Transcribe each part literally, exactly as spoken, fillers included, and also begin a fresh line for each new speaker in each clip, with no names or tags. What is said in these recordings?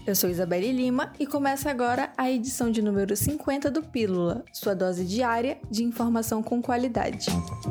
Eu sou Isabelle Lima e começa agora a edição de número cinquenta do Pílula, sua dose diária de informação com qualidade.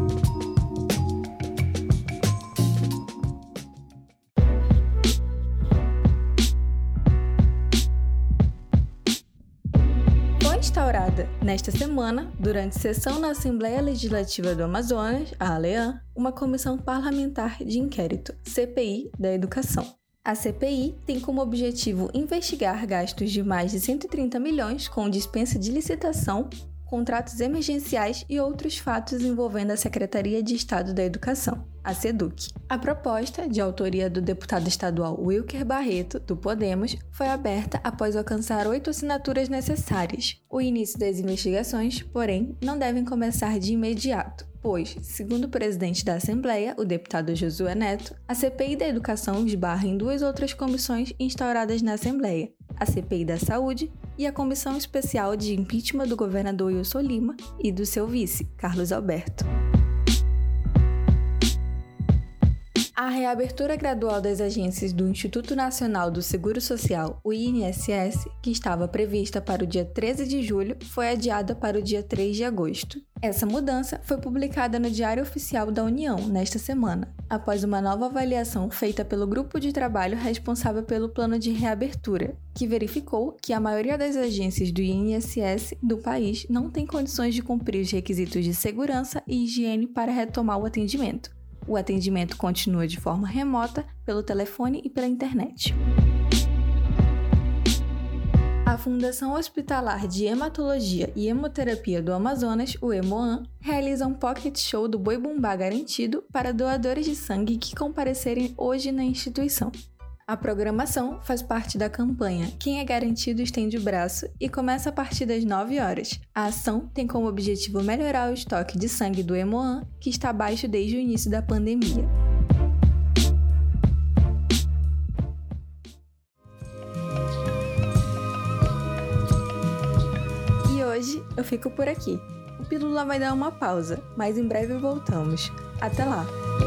Foi instaurada, nesta semana, durante sessão na Assembleia Legislativa do Amazonas, a ALEAM, uma comissão parlamentar de inquérito, C P I, da educação. A C P I tem como objetivo investigar gastos de mais de cento e trinta milhões com dispensa de licitação, contratos emergenciais e outros fatos envolvendo a Secretaria de Estado da Educação, a SEDUC. A proposta, de autoria do deputado estadual Wilker Barreto, do Podemos, foi aberta após alcançar oito assinaturas necessárias. O início das investigações, porém, não devem começar de imediato, pois, segundo o presidente da Assembleia, o deputado Josué Neto, a C P I da Educação esbarra em duas outras comissões instauradas na Assembleia, a C P I da Saúde e a Comissão Especial de Impeachment do governador Wilson Lima e do seu vice, Carlos Alberto. A reabertura gradual das agências do Instituto Nacional do Seguro Social, o I N S S, que estava prevista para o dia treze de julho, foi adiada para o dia três de agosto. Essa mudança foi publicada no Diário Oficial da União nesta semana, após uma nova avaliação feita pelo grupo de trabalho responsável pelo plano de reabertura, que verificou que a maioria das agências do I N S S do país não tem condições de cumprir os requisitos de segurança e higiene para retomar o atendimento. O atendimento continua de forma remota, pelo telefone e pela internet. A Fundação Hospitalar de Hematologia e Hemoterapia do Amazonas, o Hemoam, realiza um pocket show do Boi Bumbá garantido para doadores de sangue que comparecerem hoje na instituição. A programação faz parte da campanha Quem é Garantido Estende o Braço e começa a partir das nove horas. A ação tem como objetivo melhorar o estoque de sangue do Hemoam, que está baixo desde o início da pandemia. E hoje eu fico por aqui. O Pílula vai dar uma pausa, mas em breve voltamos. Até lá!